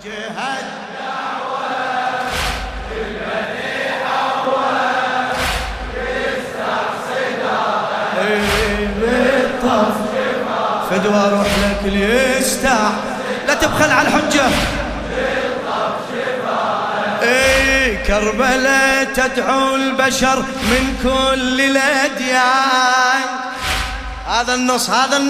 جهد فدوى اروح لك ليستع لا تبخل على الحجة كربلاء تدعو البشر من كل الأديان هذا النص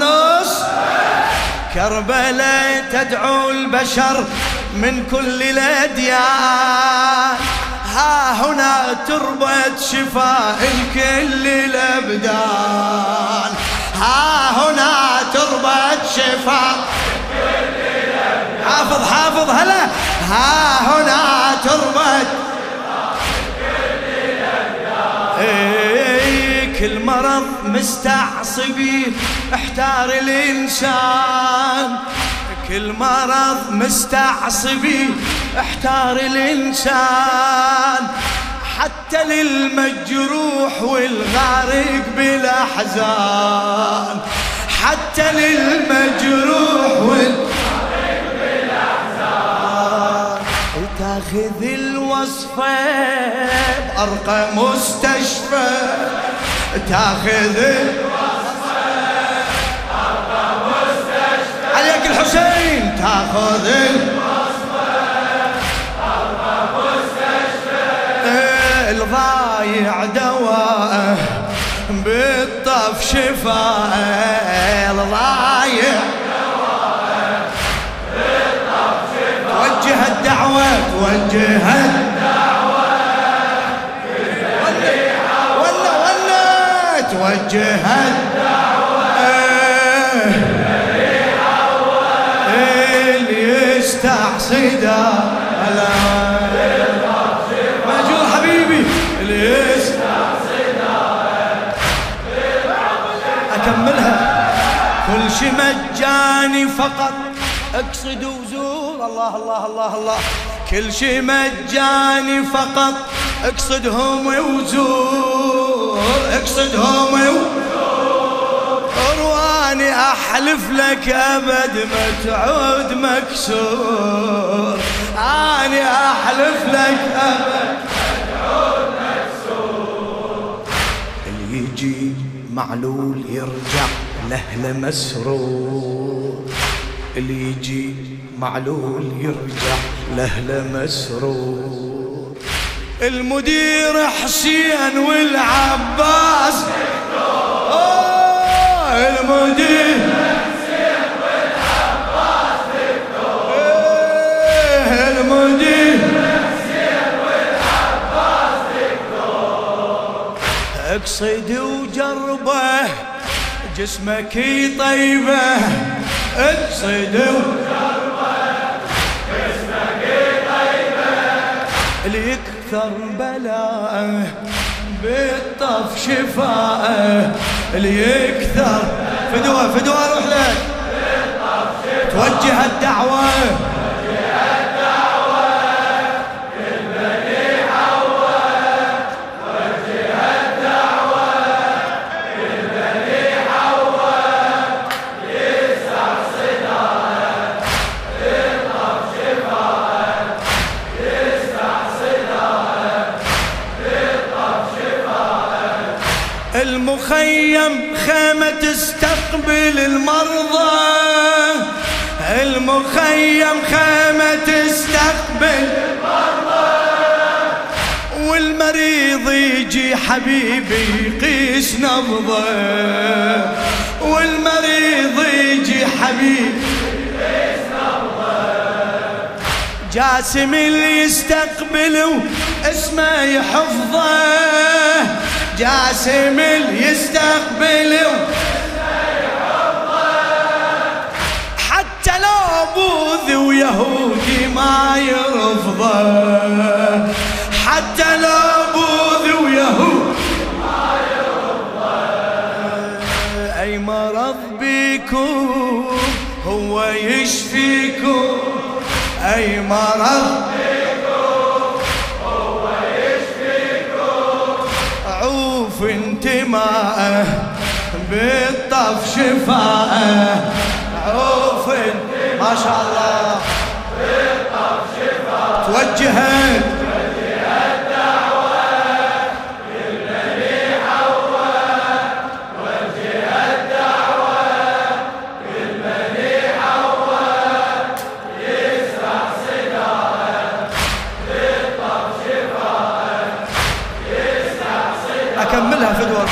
كربلاء تدعو البشر من كل الأديان ها هنا تربة شفاء الكل الأبدان ها هنا تربة شفاء الكل الأبدان حافظ هلا ها هنا تربة شفاء الكل الأبدان كل مرض مستعصبي احتار الإنسان كل مرض مستعصبي احتار الإنسان حتى للمجروح والغارق بالأحزان حتى للمجروح والغارق بالأحزان تاخذ الوصفة بأرقى مستشفى تاخذ الوصفة بأرقى مستشفى عليك الحسين تاخذ الوصفة بأرقى مستشفى الضايع دواءه بالطف شفاءه الضايع دواءه بالطف شفاءه توجه الدعوة توجه الدعوة اللي يستحصده مأجور حبيبي اللي يستحصده أكملها كل شي مجاني فقط اقصد وزور الله الله الله الله كل شي مجاني فقط اقصدهم وزور اقصدهم وزور واني احلف لك ابد ما تعود مكسور اني احلف لك ابد ما تعود مكسور اللي يجي معلول يرجع لاهله مسرور اللي يجي معلول يرجع لاهله مسرور المدير حسين والعباس المدير حسين والعباس المدير حسين والعباس اقصد وجربه جسمك طيبه اقصد وجربه جسمك طيبه اللي يكثر بلاءه بالطف شفاءه اللي يكثر فدوى روح لك توجه الدعوة للبني حواء توجه الدعوة للبني حواء يستحصدها بالطف شفاءه المخيم خيمة تستقبل المرضى المخيم خيمة تستقبل المرضى والمريض يجي حبيبي يقيس نبضه والمريض يجي حبيبي يقيس نبضه جاسم اللي يستقبله اسمه يحفظه جاسم اللي يستقبله حتى لو بوذي ويهودي ما يرفضه حتى لو بوذي ويهودي ما يرفضه اي مرض بيكم هو يشفيكم اي مرض انتماءه بالطف شفاءه عوف ما شاء الله بالطف توجهت أكملها فدوة.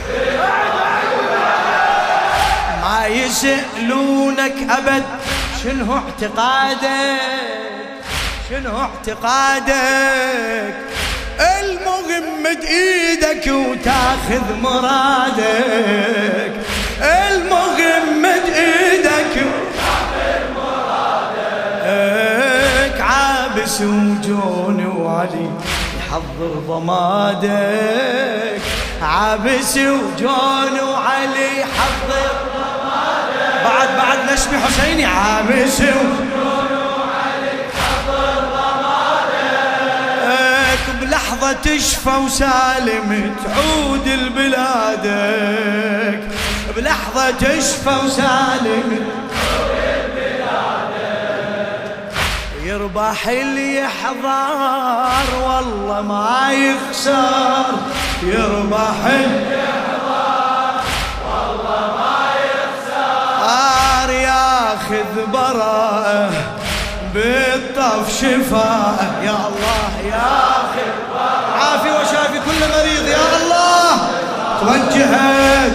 ما يسألونك أبد شنو اعتقادك، شنو اعتقادك، المهم مد ايدك وتاخذ مرادك، المهم مد ايدك وتاخذ مرادك، عابس وجوني وعلي يحضر ضمادك، عابس وجوني وعلي يحضر ضمادك، بعد نشمي حسيني، عابس وجوني وعلي يحضر ضمادك، بلحظة تشفى وسالم تعود لبلادك، بلحظة تشفى وسالم يربح اللي يحضر والله ما يخسر، يربح اللي يحضر والله ما يخسر، ياخذ براءه بالطف شفاءه، يا الله ياخذ براءه، عافي وشافي كل مريض يا الله. توجهت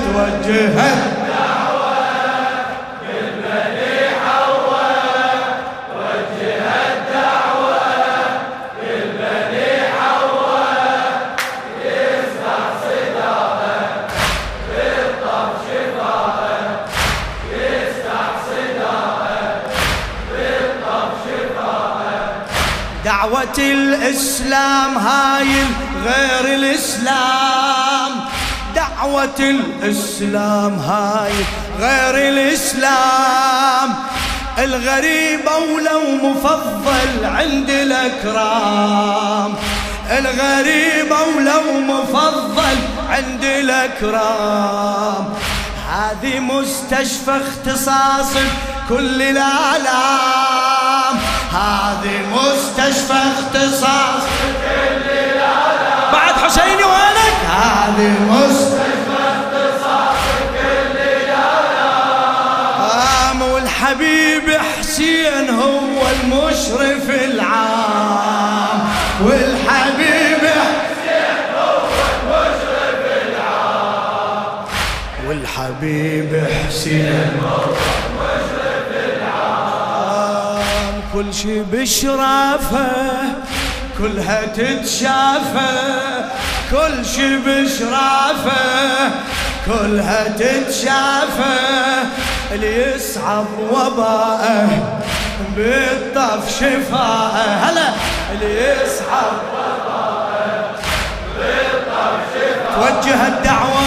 دعوة الإسلام هاي غير الإسلام، دعوة الإسلام هاي غير الإسلام، الغريبة ولو مفضل عند الأكرام، الغريبة ولو مفضل عند الأكرام، هذه مستشفى اختصاص كل الآلام، هذه مستشفى اختصاص كل الآلام، بعد حسيني وينك، هذه مستشفى اختصاص كل الآلام، والحبيب حسين هو المشرف العام، والحبيب حسين هو المشرف العام، والحبيب حسين هو المشرف العام، كل شي بشرافه كلها تتشافى، كل شي بشرافه كلها تتشافى، اللي يصعب وباءه بالطف شفاءه، هلا اللي يصعب وباءه بالطف شفاءه. توجه الدعوة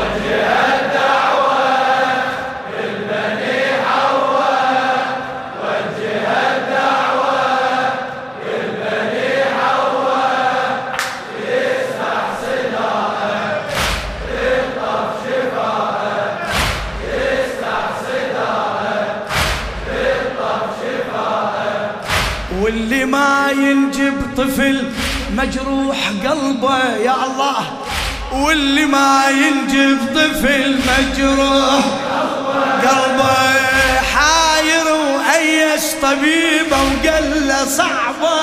واللي ما ينجب طفل مجروح قلبه، يا الله، واللي ما ينجب طفل مجروح قلبه، حاير وأيس طبيبه وقال له صعبه،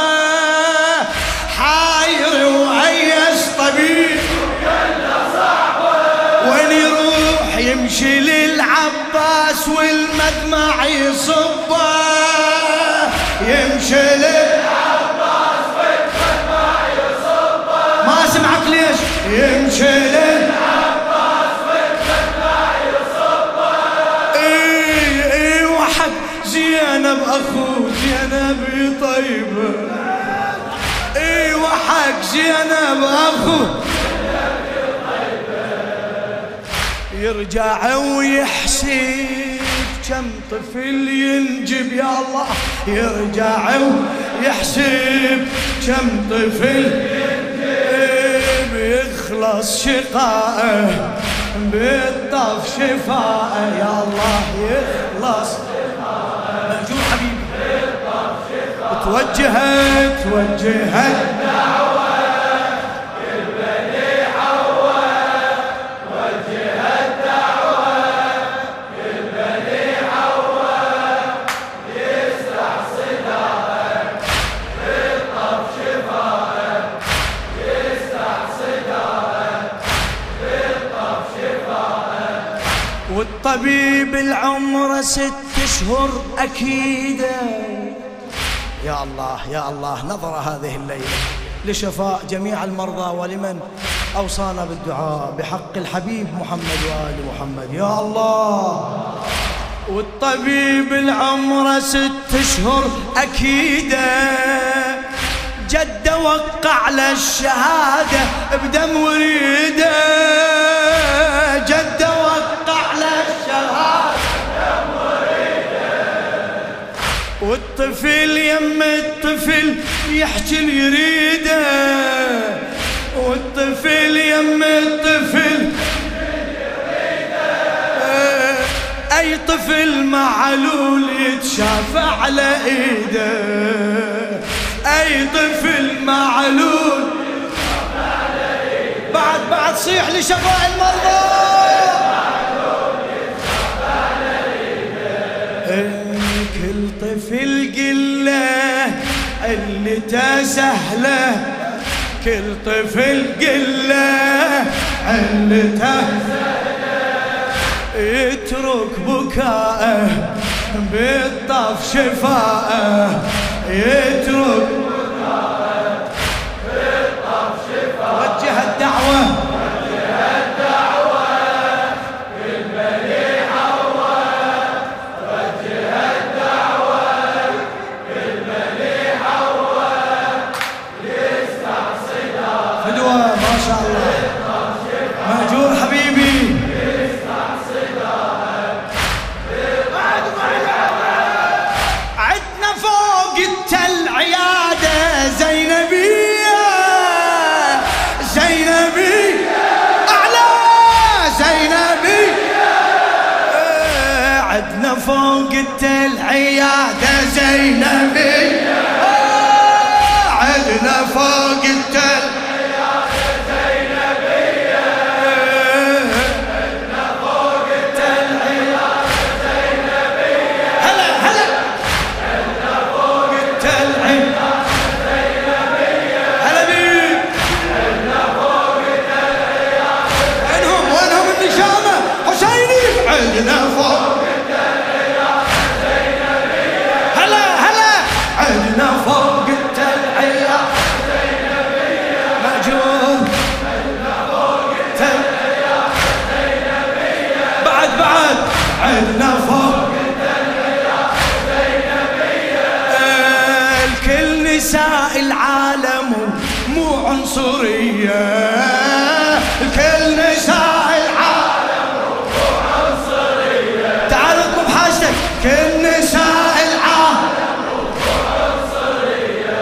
حاير وأيس طبيبه وقال له صعبه، وين يروح يمشي للعباس والمدمع يصبه، يمشي للعباس والمدمع يصبه، ما سمعك ليش، يمشي للعباس والمدمع يصبه، اي وحق زينب اخو زينب طيبه، اي وحق زينب اخو زينب طيبه، يرجع ويحسب كم طفل ينجب، يا الله، يرجع ويحسب كم طفل ينجب، يخلص شقائه بالطف شفاءه، يا الله يخلص شقائه، مأجور حبيبي بالطف شفاءه. وجهت دعوة للبني حواء، وجهت دعوة للبني حواء، يسرح صداها بالطف شفاها، يسرح صداها بالطف شفاها. والطبيب العمر 6 أشهر أكيدة. يا الله يا الله، نظر هذه الليلة لشفاء جميع المرضى ولمن أوصانا بالدعاء بحق الحبيب محمد وآل محمد. يا الله. والطبيب العمر 6 أشهر أكيدة، جد وقع للشهادة بدم وريده، جد وقع للشهادة بدم وريده. والطفل يم الطفل يحكي يريده، والطفل يم الطفل أي طفل معلول يتشافى على إيده، أي طفل معلول يتشافى على إيده. بعد صيح لشفاء المرضى. معلول يتشافى على إيده. كل طفل قله علته سهله، كل طفل قله علته يترك بكاءه بالطف شفاءه، يترك بكاءه بالطف شفاءه. وجه الدعوة للبني حواء، وجه الدعوة للبني حواء، يسمع صداها فدوى. ما شاء الله مهجور حبيبي. عدنا فوق التل عيادة زينبية، زينبية أعلى زينبية. عدنا فوق التل عيادة زينبية، عدنا فوق التل عيادة زينبية، عدنا فوق التل عيادة زينبية. هلا هلا عدنا فوق التل عيادة زينبية. هلا بيك. عدنا فوق التل عيادة. وينهم النشامة حسيني. عدنا فوق التل عيادة زينبية. هلا هلا عدنا فوق التل عيادة زينبية. مأجور. عدنا فوق التل عيادة زينبية. بعد عدنا فوق التل عيادة زينبية. الكل نساء العالم مو عنصرية، الكل نساء العالم مو عنصرية. تعال اطلب حاجتك. كل نساء العالم مو عنصرية.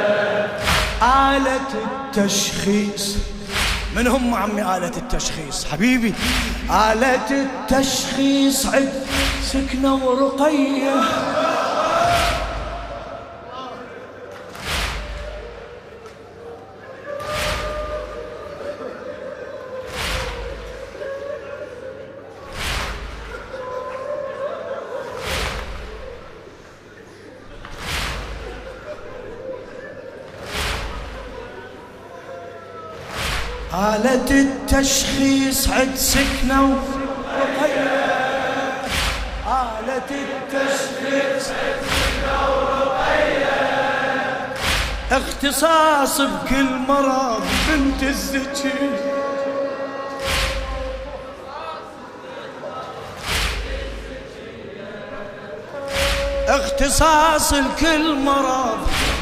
آلة التشخيص. من هم عمي آلة التشخيص حبيبي؟ آلة التشخيص عد سكنة ورقية. آلة التشخيص عد سكنة ورقية. آلة التشخيص عد سكنة ورقية. اختصاص بكل مرض بنت الزكي. اختصاص لكل مرض.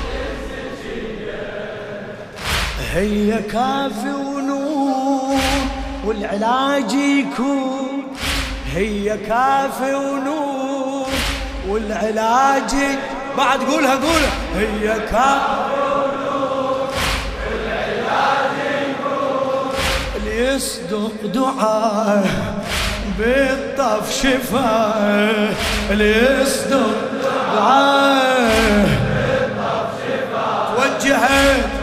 هي كافي ونور والعلاج يكون، هي كافي ونور والعلاج. بعد قولها هي كافي ونور والعلاج يكون. اللي يصدق دعاء بالطف شفاء، اللي يصدق دعاء بالطف وجهت